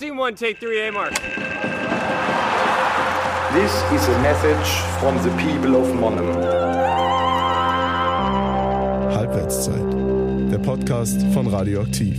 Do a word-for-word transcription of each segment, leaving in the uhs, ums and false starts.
Scene one, take three, A mark. This is a message from the people of Monnem. Halbwertszeit, der Podcast von Radioaktiv.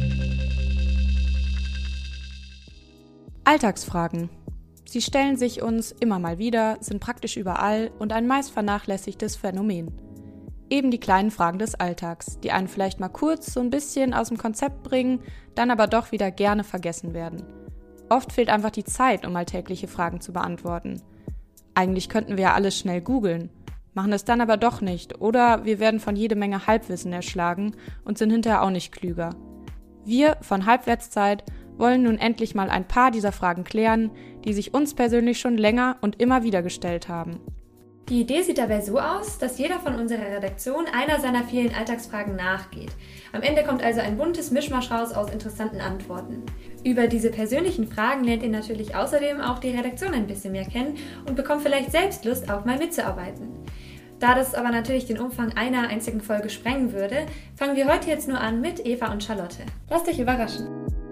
Alltagsfragen. Sie stellen sich uns immer mal wieder, sind praktisch überall und ein meist vernachlässigtes Phänomen. Eben die kleinen Fragen des Alltags, die einen vielleicht mal kurz so ein bisschen aus dem Konzept bringen, dann aber doch wieder gerne vergessen werden. Oft fehlt einfach die Zeit, um alltägliche Fragen zu beantworten. Eigentlich könnten wir ja alles schnell googeln, machen es dann aber doch nicht oder wir werden von jede Menge Halbwissen erschlagen und sind hinterher auch nicht klüger. Wir von Halbwertszeit wollen nun endlich mal ein paar dieser Fragen klären, die sich uns persönlich schon länger und immer wieder gestellt haben. Die Idee sieht dabei so aus, dass jeder von unserer Redaktion einer seiner vielen Alltagsfragen nachgeht. Am Ende kommt also ein buntes Mischmasch raus aus interessanten Antworten. Über diese persönlichen Fragen lernt ihr natürlich außerdem auch die Redaktion ein bisschen mehr kennen und bekommt vielleicht selbst Lust, auch mal mitzuarbeiten. Da das aber natürlich den Umfang einer einzigen Folge sprengen würde, fangen wir heute jetzt nur an mit Eva und Charlotte. Lasst euch überraschen!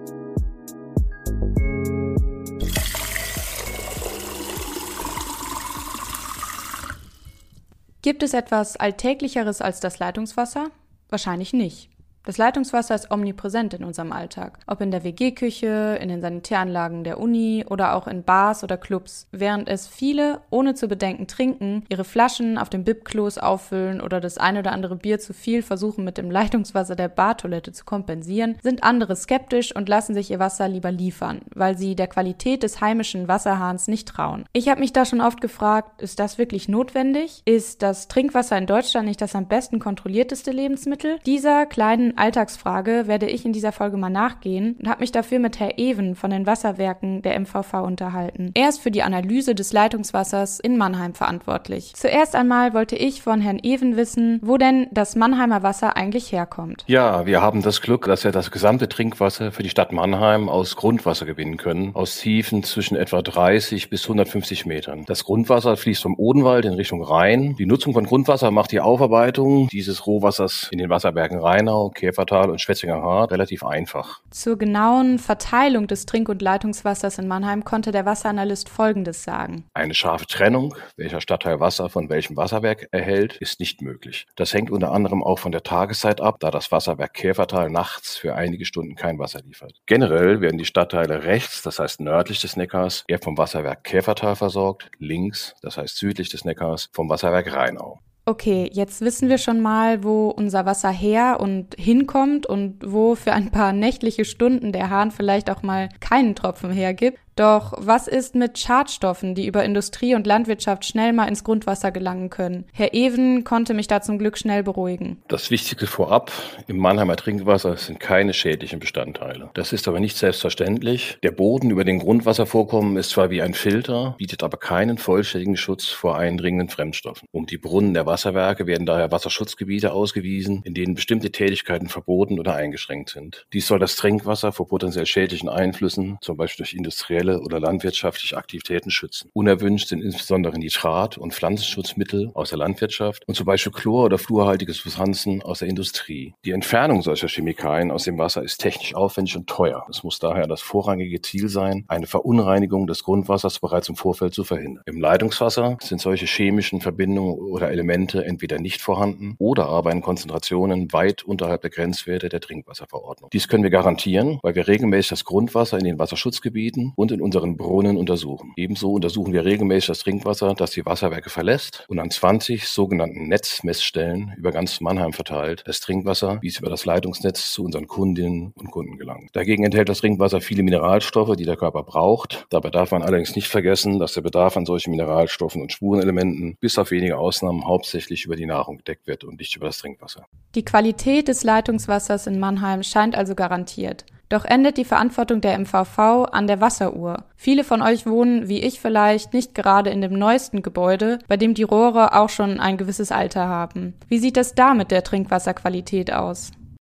Gibt es etwas Alltäglicheres als das Leitungswasser? Wahrscheinlich nicht. Das Leitungswasser ist omnipräsent in unserem Alltag, ob in der W G-Küche, in den Sanitäranlagen der Uni oder auch in Bars oder Clubs, während es viele, ohne zu bedenken trinken, ihre Flaschen auf dem Bib-Klos auffüllen oder das ein oder andere Bier zu viel versuchen mit dem Leitungswasser der Bartoilette zu kompensieren, sind andere skeptisch und lassen sich ihr Wasser lieber liefern, weil sie der Qualität des heimischen Wasserhahns nicht trauen. Ich habe mich da schon oft gefragt, ist das wirklich notwendig? Ist das Trinkwasser in Deutschland nicht das am besten kontrollierteste Lebensmittel? Dieser kleinen Alltagsfrage werde ich in dieser Folge mal nachgehen und habe mich dafür mit Herr Even von den Wasserwerken der M V V unterhalten. Er ist für die Analyse des Leitungswassers in Mannheim verantwortlich. Zuerst einmal wollte ich von Herrn Even wissen, wo denn das Mannheimer Wasser eigentlich herkommt. Ja, wir haben das Glück, dass wir das gesamte Trinkwasser für die Stadt Mannheim aus Grundwasser gewinnen können, aus Tiefen zwischen etwa dreißig bis hundertfünfzig Metern. Das Grundwasser fließt vom Odenwald in Richtung Rhein. Die Nutzung von Grundwasser macht die Aufarbeitung dieses Rohwassers in den Wasserbergen Rheinau, Käfertal und Schwetzinger Hart relativ einfach. Zur genauen Verteilung des Trink- und Leitungswassers in Mannheim konnte der Wasseranalyst Folgendes sagen. Eine scharfe Trennung, welcher Stadtteil Wasser von welchem Wasserwerk erhält, ist nicht möglich. Das hängt unter anderem auch von der Tageszeit ab, da das Wasserwerk Käfertal nachts für einige Stunden kein Wasser liefert. Generell werden die Stadtteile rechts, das heißt nördlich des Neckars, eher vom Wasserwerk Käfertal versorgt, links, das heißt südlich des Neckars, vom Wasserwerk Rheinau. Okay, jetzt wissen wir schon mal, wo unser Wasser her und hinkommt und wo für ein paar nächtliche Stunden der Hahn vielleicht auch mal keinen Tropfen hergibt. Doch was ist mit Schadstoffen, die über Industrie und Landwirtschaft schnell mal ins Grundwasser gelangen können? Herr Even konnte mich da zum Glück schnell beruhigen. Das Wichtigste vorab, im Mannheimer Trinkwasser sind keine schädlichen Bestandteile. Das ist aber nicht selbstverständlich. Der Boden über den Grundwasservorkommen ist zwar wie ein Filter, bietet aber keinen vollständigen Schutz vor eindringenden Fremdstoffen. Um die Brunnen der Wasserwerke werden daher Wasserschutzgebiete ausgewiesen, in denen bestimmte Tätigkeiten verboten oder eingeschränkt sind. Dies soll das Trinkwasser vor potenziell schädlichen Einflüssen, zum Beispiel durch industrielle oder landwirtschaftliche Aktivitäten schützen. Unerwünscht sind insbesondere Nitrat- und Pflanzenschutzmittel aus der Landwirtschaft und zum Beispiel Chlor- oder fluorhaltige Substanzen aus der Industrie. Die Entfernung solcher Chemikalien aus dem Wasser ist technisch aufwendig und teuer. Es muss daher das vorrangige Ziel sein, eine Verunreinigung des Grundwassers bereits im Vorfeld zu verhindern. Im Leitungswasser sind solche chemischen Verbindungen oder Elemente entweder nicht vorhanden oder aber in Konzentrationen weit unterhalb der Grenzwerte der Trinkwasserverordnung. Dies können wir garantieren, weil wir regelmäßig das Grundwasser in den Wasserschutzgebieten und in unseren Brunnen untersuchen. Ebenso untersuchen wir regelmäßig das Trinkwasser, das die Wasserwerke verlässt, und an zwanzig sogenannten Netzmessstellen über ganz Mannheim verteilt das Trinkwasser, wie es über das Leitungsnetz zu unseren Kundinnen und Kunden gelangt. Dagegen enthält das Trinkwasser viele Mineralstoffe, die der Körper braucht. Dabei darf man allerdings nicht vergessen, dass der Bedarf an solchen Mineralstoffen und Spurenelementen bis auf wenige Ausnahmen hauptsächlich über die Nahrung gedeckt wird und nicht über das Trinkwasser. Die Qualität des Leitungswassers in Mannheim scheint also garantiert. Doch endet die Verantwortung der M V V an der Wasseruhr. Viele von euch wohnen, wie ich vielleicht, nicht gerade in dem neuesten Gebäude, bei dem die Rohre auch schon ein gewisses Alter haben. Wie sieht es da mit der Trinkwasserqualität aus?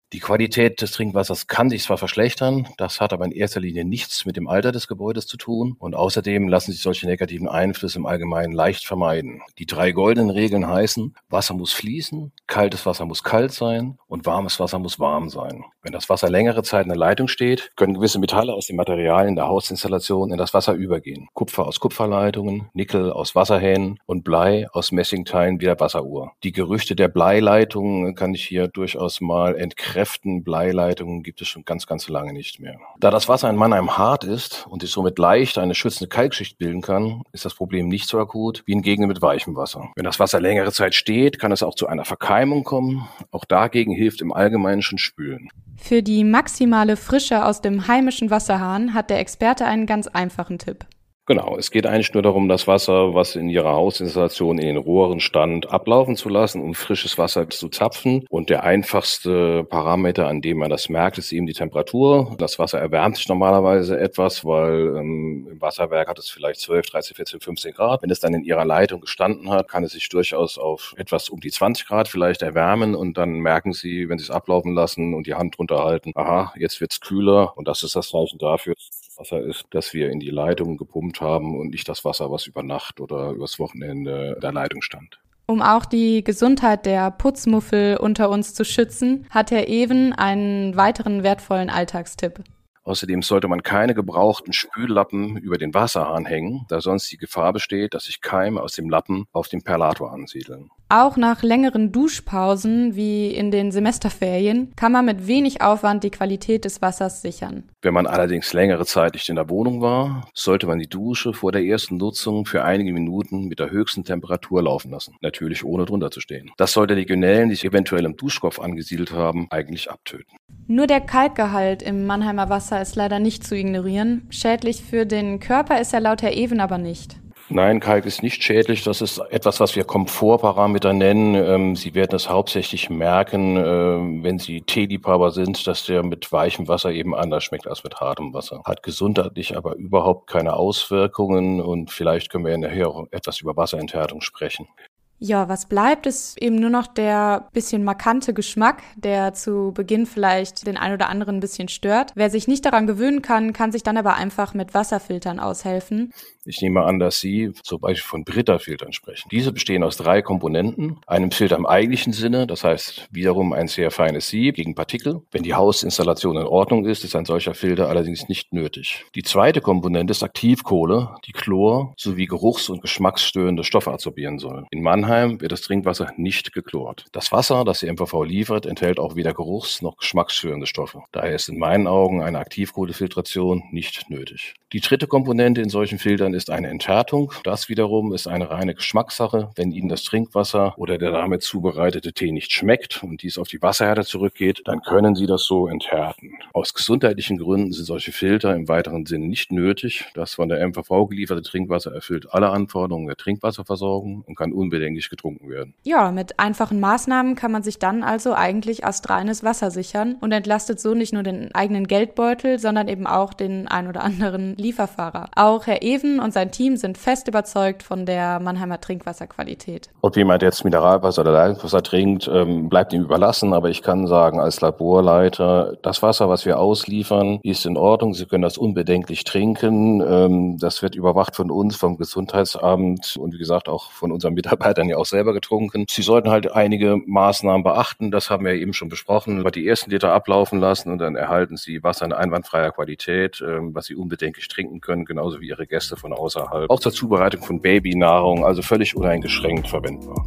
Die Qualität des Trinkwassers kann sich zwar verschlechtern, das hat aber in erster Linie nichts mit dem Alter des Gebäudes zu tun und außerdem lassen sich solche negativen Einflüsse im Allgemeinen leicht vermeiden. Die drei goldenen Regeln heißen, Wasser muss fließen, kaltes Wasser muss kalt sein und warmes Wasser muss warm sein. Wenn das Wasser längere Zeit in der Leitung steht, können gewisse Metalle aus den Materialien der Hausinstallation in das Wasser übergehen. Kupfer aus Kupferleitungen, Nickel aus Wasserhähnen und Blei aus Messingteilen wie der Wasseruhr. Die Gerüchte der Bleileitungen kann ich hier durchaus mal entkräften. Kräften, Bleileitungen gibt es schon ganz, ganz lange nicht mehr. Da das Wasser in Mannheim hart ist und sich somit leicht eine schützende Kalkschicht bilden kann, ist das Problem nicht so akut wie hingegen mit weichem Wasser. Wenn das Wasser längere Zeit steht, kann es auch zu einer Verkeimung kommen. Auch dagegen hilft im Allgemeinen schon Spülen. Für die maximale Frische aus dem heimischen Wasserhahn hat der Experte einen ganz einfachen Tipp. Genau, es geht eigentlich nur darum, das Wasser, was in Ihrer Hausinstallation in den Rohren stand, ablaufen zu lassen, um frisches Wasser zu zapfen. Und der einfachste Parameter, an dem man das merkt, ist eben die Temperatur. Das Wasser erwärmt sich normalerweise etwas, weil ähm, im Wasserwerk hat es vielleicht zwölf, dreizehn, vierzehn, fünfzehn Grad. Wenn es dann in Ihrer Leitung gestanden hat, kann es sich durchaus auf etwas um die zwanzig Grad vielleicht erwärmen. Und dann merken Sie, wenn Sie es ablaufen lassen und die Hand drunter halten, aha, jetzt wird's kühler. Und das ist das Zeichen dafür, Wasser ist, das wir in die Leitung gepumpt haben und nicht das Wasser, was über Nacht oder übers Wochenende in der Leitung stand. Um auch die Gesundheit der Putzmuffel unter uns zu schützen, hat Herr Even einen weiteren wertvollen Alltagstipp. Außerdem sollte man keine gebrauchten Spüllappen über den Wasserhahn hängen, da sonst die Gefahr besteht, dass sich Keime aus dem Lappen auf dem Perlator ansiedeln. Auch nach längeren Duschpausen wie in den Semesterferien kann man mit wenig Aufwand die Qualität des Wassers sichern. Wenn man allerdings längere Zeit nicht in der Wohnung war, sollte man die Dusche vor der ersten Nutzung für einige Minuten mit der höchsten Temperatur laufen lassen. Natürlich ohne drunter zu stehen. Das sollte Legionellen, die sich eventuell im Duschkopf angesiedelt haben, eigentlich abtöten. Nur der Kalkgehalt im Mannheimer Wasser ist leider nicht zu ignorieren. Schädlich für den Körper ist er laut Herr Even aber nicht. Nein, Kalk ist nicht schädlich. Das ist etwas, was wir Komfortparameter nennen. Sie werden es hauptsächlich merken, wenn Sie Teeliebhaber sind, dass der mit weichem Wasser eben anders schmeckt als mit hartem Wasser. Hat gesundheitlich aber überhaupt keine Auswirkungen und vielleicht können wir nachher auch etwas über Wasserenthärtung sprechen. Ja, was bleibt, ist eben nur noch der bisschen markante Geschmack, der zu Beginn vielleicht den ein oder anderen ein bisschen stört. Wer sich nicht daran gewöhnen kann, kann sich dann aber einfach mit Wasserfiltern aushelfen. Ich nehme an, dass Sie zum Beispiel von Brita-Filtern sprechen. Diese bestehen aus drei Komponenten. Einem Filter im eigentlichen Sinne, das heißt wiederum ein sehr feines Sieb gegen Partikel. Wenn die Hausinstallation in Ordnung ist, ist ein solcher Filter allerdings nicht nötig. Die zweite Komponente ist Aktivkohle, die Chlor sowie geruchs- und geschmacksstörende Stoffe absorbieren soll. In Mannheim wird das Trinkwasser nicht geklort. Das Wasser, das die M V V liefert, enthält auch weder geruchs- noch geschmacksstörende Stoffe. Daher ist in meinen Augen eine Aktivkohlefiltration nicht nötig. Die dritte Komponente in solchen Filtern ist eine Enthärtung. Das wiederum ist eine reine Geschmackssache. Wenn Ihnen das Trinkwasser oder der damit zubereitete Tee nicht schmeckt und dies auf die Wasserhärte zurückgeht, dann können Sie das so enthärten. Aus gesundheitlichen Gründen sind solche Filter im weiteren Sinne nicht nötig. Das von der M V V gelieferte Trinkwasser erfüllt alle Anforderungen der Trinkwasserversorgung und kann unbedenklich getrunken werden. Ja, mit einfachen Maßnahmen kann man sich dann also eigentlich astreines Wasser sichern und entlastet so nicht nur den eigenen Geldbeutel, sondern eben auch den ein oder anderen Lieferfahrer. Auch Herr Even und sein Team sind fest überzeugt von der Mannheimer Trinkwasserqualität. Ob jemand jetzt Mineralwasser oder Leitungswasser trinkt, ähm, bleibt ihm überlassen, aber ich kann sagen, als Laborleiter, das Wasser, was wir ausliefern, ist in Ordnung. Sie können das unbedenklich trinken. Ähm, das wird überwacht von uns, vom Gesundheitsamt und wie gesagt auch von unseren Mitarbeitern ja auch selber getrunken. Sie sollten halt einige Maßnahmen beachten, das haben wir eben schon besprochen. Aber die ersten Liter ablaufen lassen und dann erhalten Sie Wasser in einwandfreier Qualität, ähm, was Sie unbedenklich trinken können, genauso wie Ihre Gäste von außerhalb. Auch zur Zubereitung von Babynahrung, also völlig uneingeschränkt verwendbar.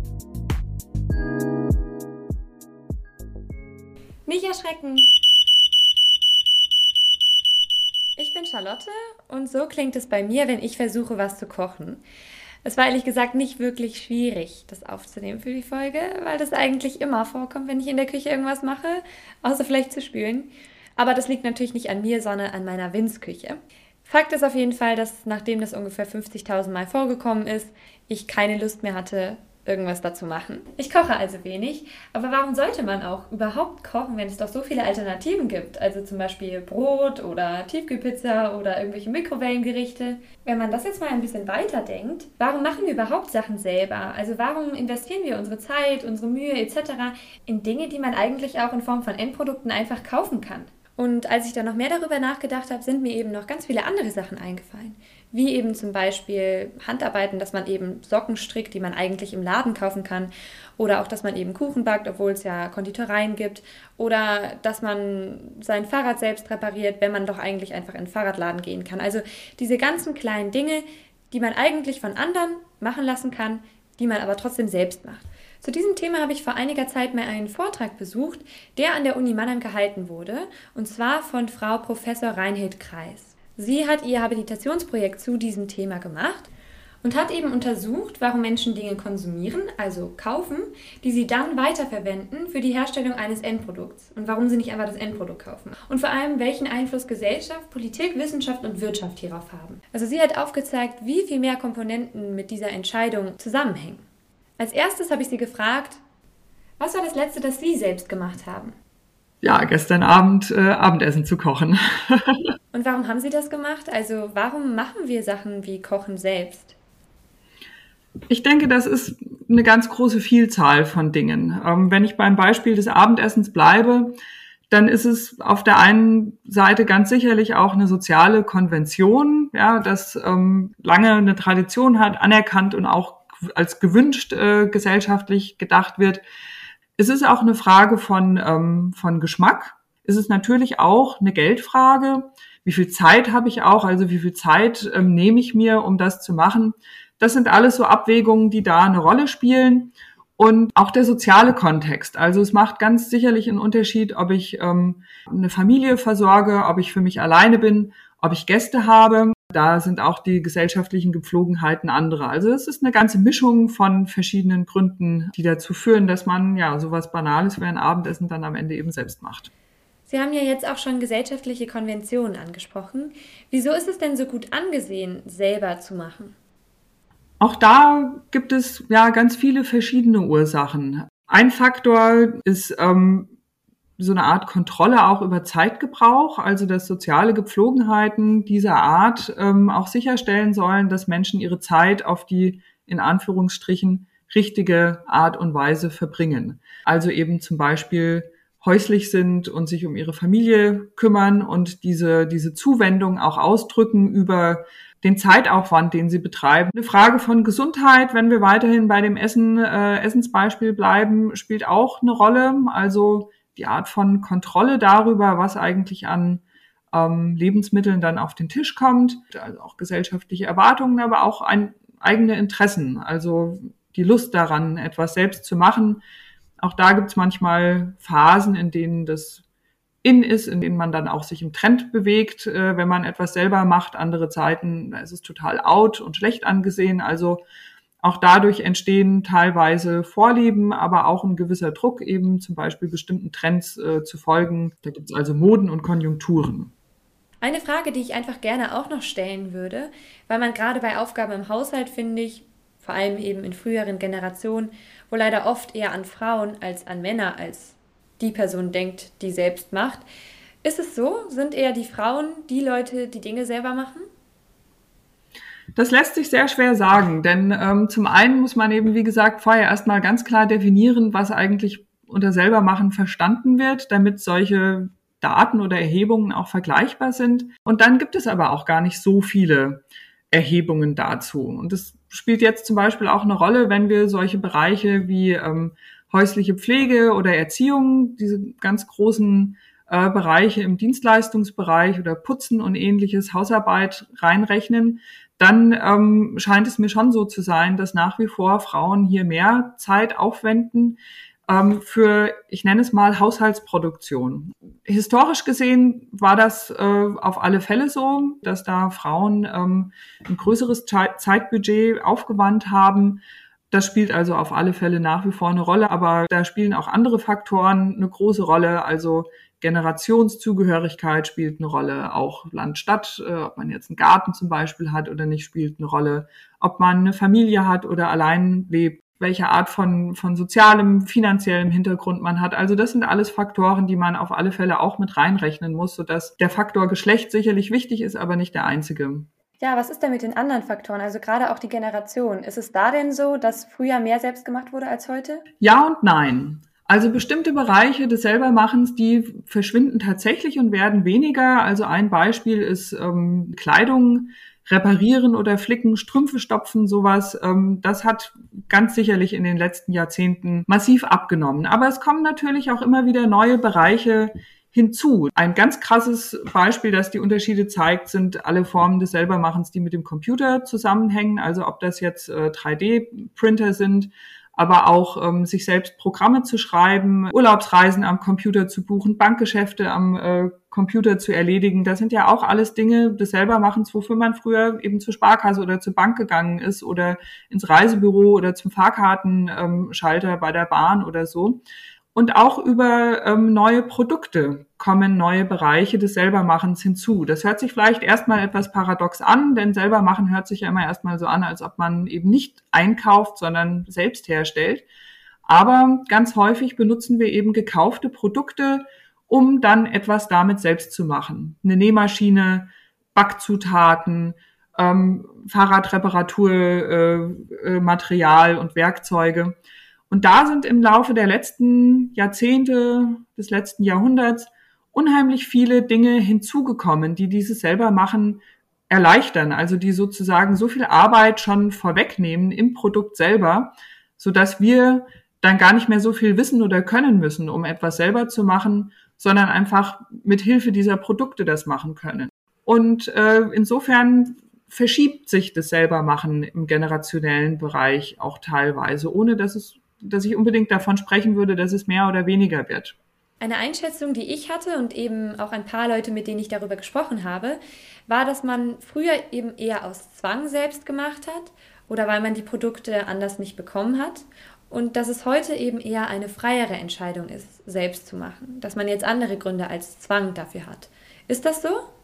Nicht erschrecken! Ich bin Charlotte und so klingt es bei mir, wenn ich versuche, was zu kochen. Es war ehrlich gesagt nicht wirklich schwierig, das aufzunehmen für die Folge, weil das eigentlich immer vorkommt, wenn ich in der Küche irgendwas mache, außer vielleicht zu spülen. Aber das liegt natürlich nicht an mir, sondern an meiner Winzküche. Fakt ist auf jeden Fall, dass nachdem das ungefähr fünfzigtausend Mal vorgekommen ist, ich keine Lust mehr hatte, irgendwas dazu machen. Ich koche also wenig, aber warum sollte man auch überhaupt kochen, wenn es doch so viele Alternativen gibt? Also zum Beispiel Brot oder Tiefkühlpizza oder irgendwelche Mikrowellengerichte. Wenn man das jetzt mal ein bisschen weiterdenkt, warum machen wir überhaupt Sachen selber? Also warum investieren wir unsere Zeit, unsere Mühe et cetera in Dinge, die man eigentlich auch in Form von Endprodukten einfach kaufen kann? Und als ich dann noch mehr darüber nachgedacht habe, sind mir eben noch ganz viele andere Sachen eingefallen. Wie eben zum Beispiel Handarbeiten, dass man eben Socken strickt, die man eigentlich im Laden kaufen kann. Oder auch, dass man eben Kuchen backt, obwohl es ja Konditoreien gibt. Oder dass man sein Fahrrad selbst repariert, wenn man doch eigentlich einfach in den Fahrradladen gehen kann. Also diese ganzen kleinen Dinge, die man eigentlich von anderen machen lassen kann, die man aber trotzdem selbst macht. Zu diesem Thema habe ich vor einiger Zeit mal einen Vortrag besucht, der an der Uni Mannheim gehalten wurde, und zwar von Frau Professor Reinhild Kreis. Sie hat ihr Habilitationsprojekt zu diesem Thema gemacht und hat eben untersucht, warum Menschen Dinge konsumieren, also kaufen, die sie dann weiterverwenden für die Herstellung eines Endprodukts und warum sie nicht einfach das Endprodukt kaufen. Und vor allem, welchen Einfluss Gesellschaft, Politik, Wissenschaft und Wirtschaft hierauf haben. Also sie hat aufgezeigt, wie viel mehr Komponenten mit dieser Entscheidung zusammenhängen. Als erstes habe ich sie gefragt, was war das Letzte, das Sie selbst gemacht haben? Ja, gestern Abend äh, Abendessen zu kochen. Und warum haben Sie das gemacht? Also warum machen wir Sachen wie Kochen selbst? Ich denke, das ist eine ganz große Vielzahl von Dingen. Ähm, wenn ich beim Beispiel des Abendessens bleibe, dann ist es auf der einen Seite ganz sicherlich auch eine soziale Konvention, ja, das ähm, lange eine Tradition hat, anerkannt und auch als gewünscht äh, gesellschaftlich gedacht wird. Es ist auch eine Frage von, ähm, von Geschmack. Es ist natürlich auch eine Geldfrage. Wie viel Zeit habe ich auch? Also wie viel Zeit ähm, nehme ich mir, um das zu machen? Das sind alles so Abwägungen, die da eine Rolle spielen. Und auch der soziale Kontext. Also es macht ganz sicherlich einen Unterschied, ob ich ähm, eine Familie versorge, ob ich für mich alleine bin, ob ich Gäste habe. Da sind auch die gesellschaftlichen Gepflogenheiten andere. Also es ist eine ganze Mischung von verschiedenen Gründen, die dazu führen, dass man ja sowas Banales wie ein Abendessen dann am Ende eben selbst macht. Sie haben ja jetzt auch schon gesellschaftliche Konventionen angesprochen. Wieso ist es denn so gut angesehen, selber zu machen? Auch da gibt es ja ganz viele verschiedene Ursachen. Ein Faktor ist ähm, so eine Art Kontrolle auch über Zeitgebrauch, also dass soziale Gepflogenheiten dieser Art ähm, auch sicherstellen sollen, dass Menschen ihre Zeit auf die, in Anführungsstrichen, richtige Art und Weise verbringen. Also eben zum Beispiel häuslich sind und sich um ihre Familie kümmern und diese, diese Zuwendung auch ausdrücken über den Zeitaufwand, den sie betreiben. Eine Frage von Gesundheit, wenn wir weiterhin bei dem Essen, äh, Essensbeispiel bleiben, spielt auch eine Rolle. Also die Art von Kontrolle darüber, was eigentlich an ähm, Lebensmitteln dann auf den Tisch kommt, also auch gesellschaftliche Erwartungen, aber auch ein, eigene Interessen, also die Lust daran, etwas selbst zu machen. Auch da gibt es manchmal Phasen, in denen das in ist, in denen man dann auch sich im Trend bewegt, äh, wenn man etwas selber macht. Andere Zeiten, da ist es total out und schlecht angesehen. Also auch dadurch entstehen teilweise Vorlieben, aber auch ein gewisser Druck, eben zum Beispiel bestimmten Trends äh, zu folgen. Da gibt es also Moden und Konjunkturen. Eine Frage, die ich einfach gerne auch noch stellen würde, weil man gerade bei Aufgaben im Haushalt, finde ich, vor allem eben in früheren Generationen, wo leider oft eher an Frauen als an Männer als die Person denkt, die selbst macht. Ist es so? Sind eher die Frauen die Leute, die Dinge selber machen? Das lässt sich sehr schwer sagen, denn ähm, zum einen muss man eben, wie gesagt, vorher erstmal ganz klar definieren, was eigentlich unter Selbermachen verstanden wird, damit solche Daten oder Erhebungen auch vergleichbar sind. Und dann gibt es aber auch gar nicht so viele Erhebungen dazu. Und das spielt jetzt zum Beispiel auch eine Rolle, wenn wir solche Bereiche wie ähm, häusliche Pflege oder Erziehung, diese ganz großen äh, Bereiche im Dienstleistungsbereich oder Putzen und ähnliches, Hausarbeit reinrechnen, dann ähm, scheint es mir schon so zu sein, dass nach wie vor Frauen hier mehr Zeit aufwenden ähm, für, ich nenne es mal, Haushaltsproduktion. Historisch gesehen war das äh, auf alle Fälle so, dass da Frauen ähm, ein größeres Zeitbudget aufgewandt haben. Das spielt also auf alle Fälle nach wie vor eine Rolle, aber da spielen auch andere Faktoren eine große Rolle, also Generationszugehörigkeit spielt eine Rolle, auch Land-Stadt, äh, ob man jetzt einen Garten zum Beispiel hat oder nicht, spielt eine Rolle, ob man eine Familie hat oder allein lebt. welche Art von, von sozialem, finanziellem Hintergrund man hat. Also das sind alles Faktoren, die man auf alle Fälle auch mit reinrechnen muss, sodass der Faktor Geschlecht sicherlich wichtig ist, aber nicht der einzige. Ja, was ist denn mit den anderen Faktoren, also gerade auch die Generation? Ist es da denn so, dass früher mehr selbst gemacht wurde als heute? Ja und nein. Also bestimmte Bereiche des Selbermachens, die verschwinden tatsächlich und werden weniger. Also ein Beispiel ist ähm, Kleidung reparieren oder flicken, Strümpfe stopfen, sowas. Ähm, das hat ganz sicherlich in den letzten Jahrzehnten massiv abgenommen. Aber es kommen natürlich auch immer wieder neue Bereiche hinzu. Ein ganz krasses Beispiel, das die Unterschiede zeigt, sind alle Formen des Selbermachens, die mit dem Computer zusammenhängen. Also ob das jetzt äh, drei D Printer sind, aber auch ähm, sich selbst Programme zu schreiben, Urlaubsreisen am Computer zu buchen, Bankgeschäfte am äh, Computer zu erledigen. Das sind ja auch alles Dinge des Selbermachens, wofür man früher eben zur Sparkasse oder zur Bank gegangen ist oder ins Reisebüro oder zum Fahrkartenschalter bei der Bahn oder so. Und auch über ähm, neue Produkte kommen neue Bereiche des Selbermachens hinzu. Das hört sich vielleicht erstmal etwas paradox an, denn Selbermachen hört sich ja immer erstmal so an, als ob man eben nicht einkauft, sondern selbst herstellt. Aber ganz häufig benutzen wir eben gekaufte Produkte, um dann etwas damit selbst zu machen. Eine Nähmaschine, Backzutaten, ähm, Fahrradreparaturmaterial äh, äh, Material und Werkzeuge. Und da sind im Laufe der letzten Jahrzehnte, des letzten Jahrhunderts unheimlich viele Dinge hinzugekommen, die dieses Selbermachen erleichtern, also die sozusagen so viel Arbeit schon vorwegnehmen im Produkt selber, sodass wir dann gar nicht mehr so viel wissen oder können müssen, um etwas selber zu machen, sondern einfach mit Hilfe dieser Produkte das machen können. Und äh, insofern verschiebt sich das Selbermachen im generationellen Bereich auch teilweise, ohne dass es dass ich unbedingt davon sprechen würde, dass es mehr oder weniger wird. Eine Einschätzung, die ich hatte und eben auch ein paar Leute, mit denen ich darüber gesprochen habe, war, dass man früher eben eher aus Zwang selbst gemacht hat oder weil man die Produkte anders nicht bekommen hat und dass es heute eben eher eine freiere Entscheidung ist, selbst zu machen, dass man jetzt andere Gründe als Zwang dafür hat. Ist das so?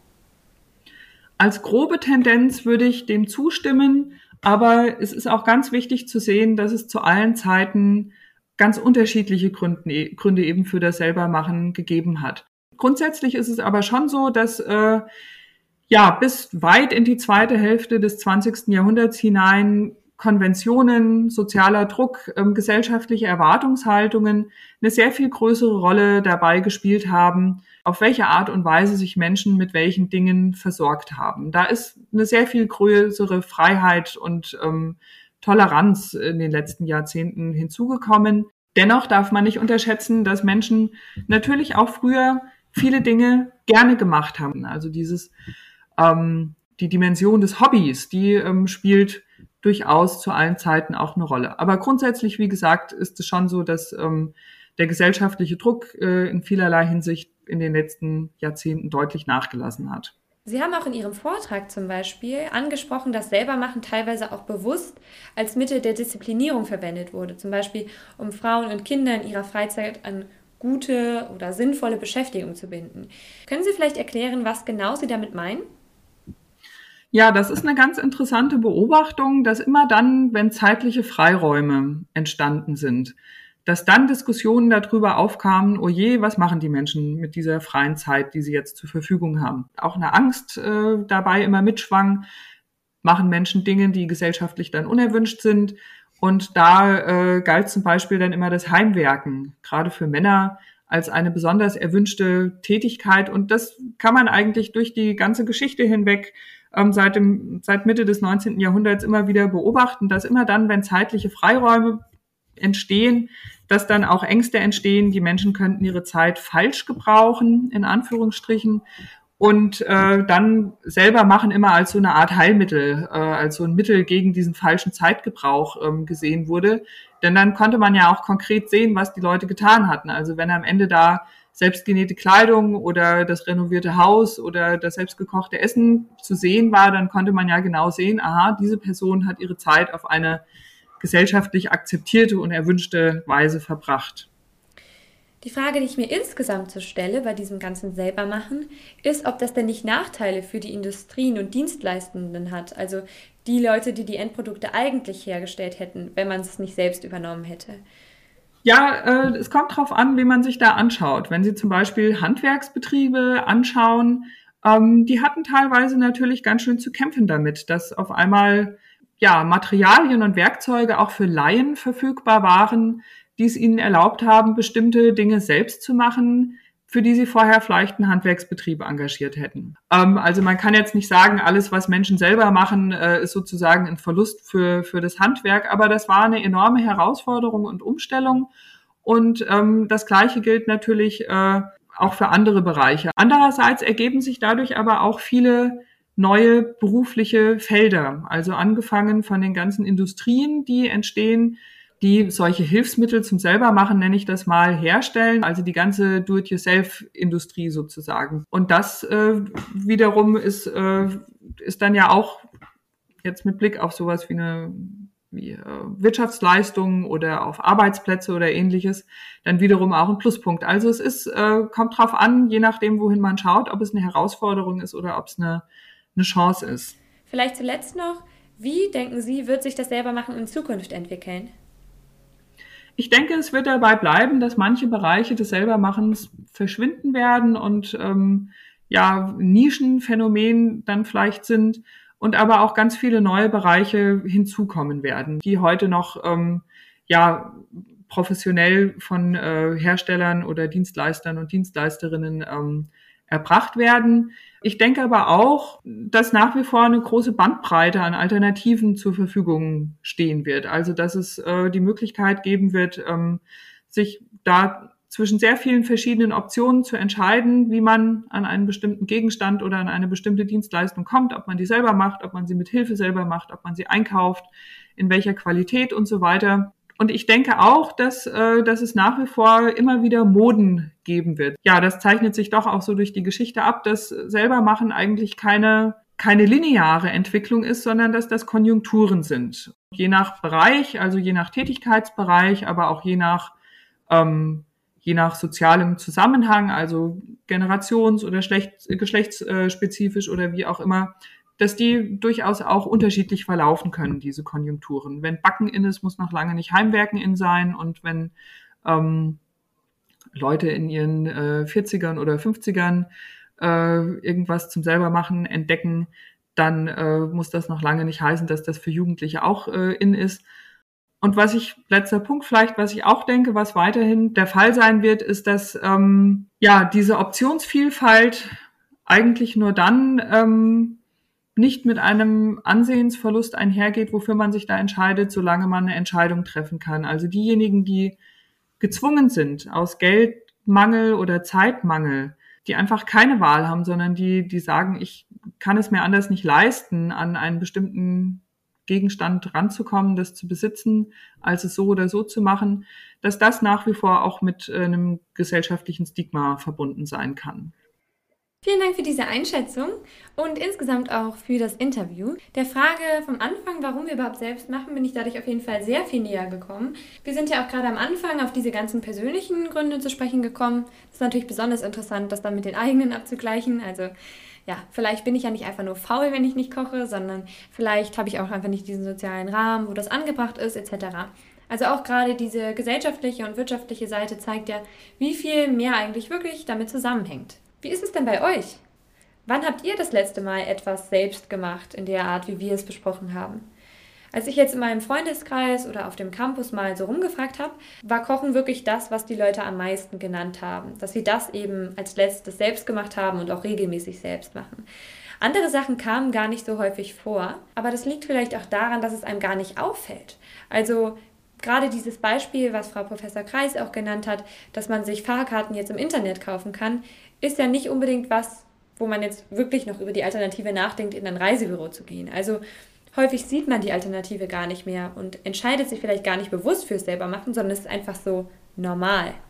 Als grobe Tendenz würde ich dem zustimmen, aber es ist auch ganz wichtig zu sehen, dass es zu allen Zeiten ganz unterschiedliche Gründe, Gründe eben für das Selbermachen gegeben hat. Grundsätzlich ist es aber schon so, dass äh, ja bis weit in die zweite Hälfte des zwanzigsten Jahrhunderts hinein Konventionen, sozialer Druck, ähm, gesellschaftliche Erwartungshaltungen eine sehr viel größere Rolle dabei gespielt haben, auf welche Art und Weise sich Menschen mit welchen Dingen versorgt haben. Da ist eine sehr viel größere Freiheit und ähm, Toleranz in den letzten Jahrzehnten hinzugekommen. Dennoch darf man nicht unterschätzen, dass Menschen natürlich auch früher viele Dinge gerne gemacht haben. Also dieses ähm, die Dimension des Hobbys, die ähm, spielt durchaus zu allen Zeiten auch eine Rolle. Aber grundsätzlich, wie gesagt, ist es schon so, dass ähm, der gesellschaftliche Druck äh, in vielerlei Hinsicht in den letzten Jahrzehnten deutlich nachgelassen hat. Sie haben auch in Ihrem Vortrag zum Beispiel angesprochen, dass Selbermachen teilweise auch bewusst als Mittel der Disziplinierung verwendet wurde, zum Beispiel um Frauen und Kinder in ihrer Freizeit an gute oder sinnvolle Beschäftigung zu binden. Können Sie vielleicht erklären, was genau Sie damit meinen? Ja, das ist eine ganz interessante Beobachtung, dass immer dann, wenn zeitliche Freiräume entstanden sind, dass dann Diskussionen darüber aufkamen, oh je, was machen die Menschen mit dieser freien Zeit, die sie jetzt zur Verfügung haben. Auch eine Angst äh, dabei immer mitschwang, machen Menschen Dinge, die gesellschaftlich dann unerwünscht sind. Und da äh, galt zum Beispiel dann immer das Heimwerken, gerade für Männer, als eine besonders erwünschte Tätigkeit. Und das kann man eigentlich durch die ganze Geschichte hinweg ähm, seit dem seit Mitte des neunzehnten Jahrhunderts immer wieder beobachten, dass immer dann, wenn zeitliche Freiräume entstehen, dass dann auch Ängste entstehen, die Menschen könnten ihre Zeit falsch gebrauchen, in Anführungsstrichen, und äh, dann selber machen immer als so eine Art Heilmittel, äh, als so ein Mittel gegen diesen falschen Zeitgebrauch ähm, gesehen wurde. Denn dann konnte man ja auch konkret sehen, was die Leute getan hatten. Also wenn am Ende da selbstgenähte Kleidung oder das renovierte Haus oder das selbstgekochte Essen zu sehen war, dann konnte man ja genau sehen, aha, diese Person hat ihre Zeit auf eine gesellschaftlich akzeptierte und erwünschte Weise verbracht. Die Frage, die ich mir insgesamt so stelle bei diesem ganzen Selbermachen, ist, ob das denn nicht Nachteile für die Industrien und Dienstleistenden hat, also die Leute, die die Endprodukte eigentlich hergestellt hätten, wenn man es nicht selbst übernommen hätte. Ja, äh, es kommt drauf an, wie man sich da anschaut. Wenn Sie zum Beispiel Handwerksbetriebe anschauen, ähm, die hatten teilweise natürlich ganz schön zu kämpfen damit, dass auf einmal ja Materialien und Werkzeuge auch für Laien verfügbar waren, die es ihnen erlaubt haben, bestimmte Dinge selbst zu machen, für die sie vorher vielleicht einen Handwerksbetrieb engagiert hätten. Ähm, also man kann jetzt nicht sagen, alles, was Menschen selber machen, äh, ist sozusagen ein Verlust für, für das Handwerk, aber das war eine enorme Herausforderung und Umstellung. Und ähm, das Gleiche gilt natürlich äh, auch für andere Bereiche. Andererseits ergeben sich dadurch aber auch viele neue berufliche Felder, also angefangen von den ganzen Industrien, die entstehen, die solche Hilfsmittel zum Selbermachen, nenne ich das mal, herstellen, also die ganze Do-it-yourself-Industrie sozusagen. Und das äh, wiederum ist, äh, ist dann ja auch jetzt mit Blick auf sowas wie eine wie, äh, Wirtschaftsleistung oder auf Arbeitsplätze oder ähnliches, dann wiederum auch ein Pluspunkt. Also es ist, äh, kommt drauf an, je nachdem, wohin man schaut, ob es eine Herausforderung ist oder ob es eine, eine Chance ist. Vielleicht zuletzt noch, wie denken Sie, wird sich das Selbermachen in Zukunft entwickeln? Ich denke, es wird dabei bleiben, dass manche Bereiche des Selbermachens verschwinden werden und ähm, ja Nischenphänomen dann vielleicht sind und aber auch ganz viele neue Bereiche hinzukommen werden, die heute noch ähm, ja professionell von äh, Herstellern oder Dienstleistern und Dienstleisterinnen ähm, erbracht werden. Ich denke aber auch, dass nach wie vor eine große Bandbreite an Alternativen zur Verfügung stehen wird. Also dass es äh, die Möglichkeit geben wird, ähm, sich da zwischen sehr vielen verschiedenen Optionen zu entscheiden, wie man an einen bestimmten Gegenstand oder an eine bestimmte Dienstleistung kommt, ob man die selber macht, ob man sie mit Hilfe selber macht, ob man sie einkauft, in welcher Qualität und so weiter. Und ich denke auch, dass, äh, dass es nach wie vor immer wieder Moden geben wird. Ja, das zeichnet sich doch auch so durch die Geschichte ab, dass Selbermachen eigentlich keine, keine lineare Entwicklung ist, sondern dass das Konjunkturen sind. Je nach Bereich, also je nach Tätigkeitsbereich, aber auch je nach, ähm, je nach sozialem Zusammenhang, also generations- oder schlecht, geschlechtsspezifisch oder wie auch immer, dass die durchaus auch unterschiedlich verlaufen können, diese Konjunkturen. Wenn Backen in ist, muss noch lange nicht Heimwerken in sein. Und wenn ähm, Leute in ihren äh, vierzigern oder fünfzigern äh, irgendwas zum Selbermachen entdecken, dann äh, muss das noch lange nicht heißen, dass das für Jugendliche auch äh, in ist. Und was ich, letzter Punkt vielleicht, was ich auch denke, was weiterhin der Fall sein wird, ist, dass ähm, ja diese Optionsvielfalt eigentlich nur dann ähm, nicht mit einem Ansehensverlust einhergeht, wofür man sich da entscheidet, solange man eine Entscheidung treffen kann. Also diejenigen, die gezwungen sind, aus Geldmangel oder Zeitmangel, die einfach keine Wahl haben, sondern die, die sagen, ich kann es mir anders nicht leisten, an einen bestimmten Gegenstand ranzukommen, das zu besitzen, als es so oder so zu machen, dass das nach wie vor auch mit einem gesellschaftlichen Stigma verbunden sein kann. Vielen Dank für diese Einschätzung und insgesamt auch für das Interview. Der Frage vom Anfang, warum wir überhaupt selbst machen, bin ich dadurch auf jeden Fall sehr viel näher gekommen. Wir sind ja auch gerade am Anfang auf diese ganzen persönlichen Gründe zu sprechen gekommen. Das ist natürlich besonders interessant, das dann mit den eigenen abzugleichen. Also ja, vielleicht bin ich ja nicht einfach nur faul, wenn ich nicht koche, sondern vielleicht habe ich auch einfach nicht diesen sozialen Rahmen, wo das angebracht ist, et cetera. Also auch gerade diese gesellschaftliche und wirtschaftliche Seite zeigt ja, wie viel mehr eigentlich wirklich damit zusammenhängt. Wie ist es denn bei euch? Wann habt ihr das letzte Mal etwas selbst gemacht, in der Art, wie wir es besprochen haben? Als ich jetzt in meinem Freundeskreis oder auf dem Campus mal so rumgefragt habe, war Kochen wirklich das, was die Leute am meisten genannt haben. Dass sie das eben als letztes selbst gemacht haben und auch regelmäßig selbst machen. Andere Sachen kamen gar nicht so häufig vor, aber das liegt vielleicht auch daran, dass es einem gar nicht auffällt. Also gerade dieses Beispiel, was Frau Professor Kreis auch genannt hat, dass man sich Fahrkarten jetzt im Internet kaufen kann, ist ja nicht unbedingt was, wo man jetzt wirklich noch über die Alternative nachdenkt, in ein Reisebüro zu gehen. Also häufig sieht man die Alternative gar nicht mehr und entscheidet sich vielleicht gar nicht bewusst fürs Selbermachen, sondern es ist einfach so normal.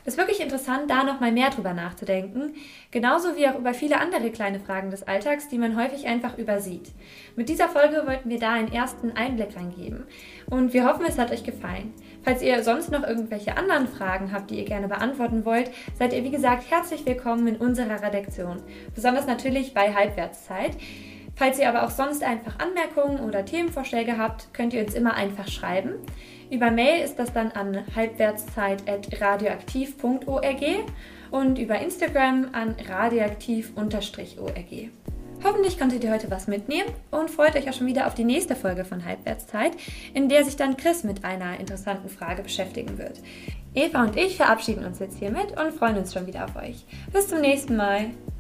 Es ist wirklich interessant, da nochmal mehr drüber nachzudenken, genauso wie auch über viele andere kleine Fragen des Alltags, die man häufig einfach übersieht. Mit dieser Folge wollten wir da einen ersten Einblick reingeben und wir hoffen, es hat euch gefallen. Falls ihr sonst noch irgendwelche anderen Fragen habt, die ihr gerne beantworten wollt, seid ihr wie gesagt herzlich willkommen in unserer Redaktion, besonders natürlich bei Halbwertszeit. Falls ihr aber auch sonst einfach Anmerkungen oder Themenvorschläge habt, könnt ihr uns immer einfach schreiben. Über Mail ist das dann an halbwertszeit at radioaktiv punkt org und über Instagram an radioaktiv Bindestrich org. Hoffentlich konntet ihr heute was mitnehmen und freut euch auch schon wieder auf die nächste Folge von Halbwertszeit, in der sich dann Chris mit einer interessanten Frage beschäftigen wird. Eva und ich verabschieden uns jetzt hiermit und freuen uns schon wieder auf euch. Bis zum nächsten Mal.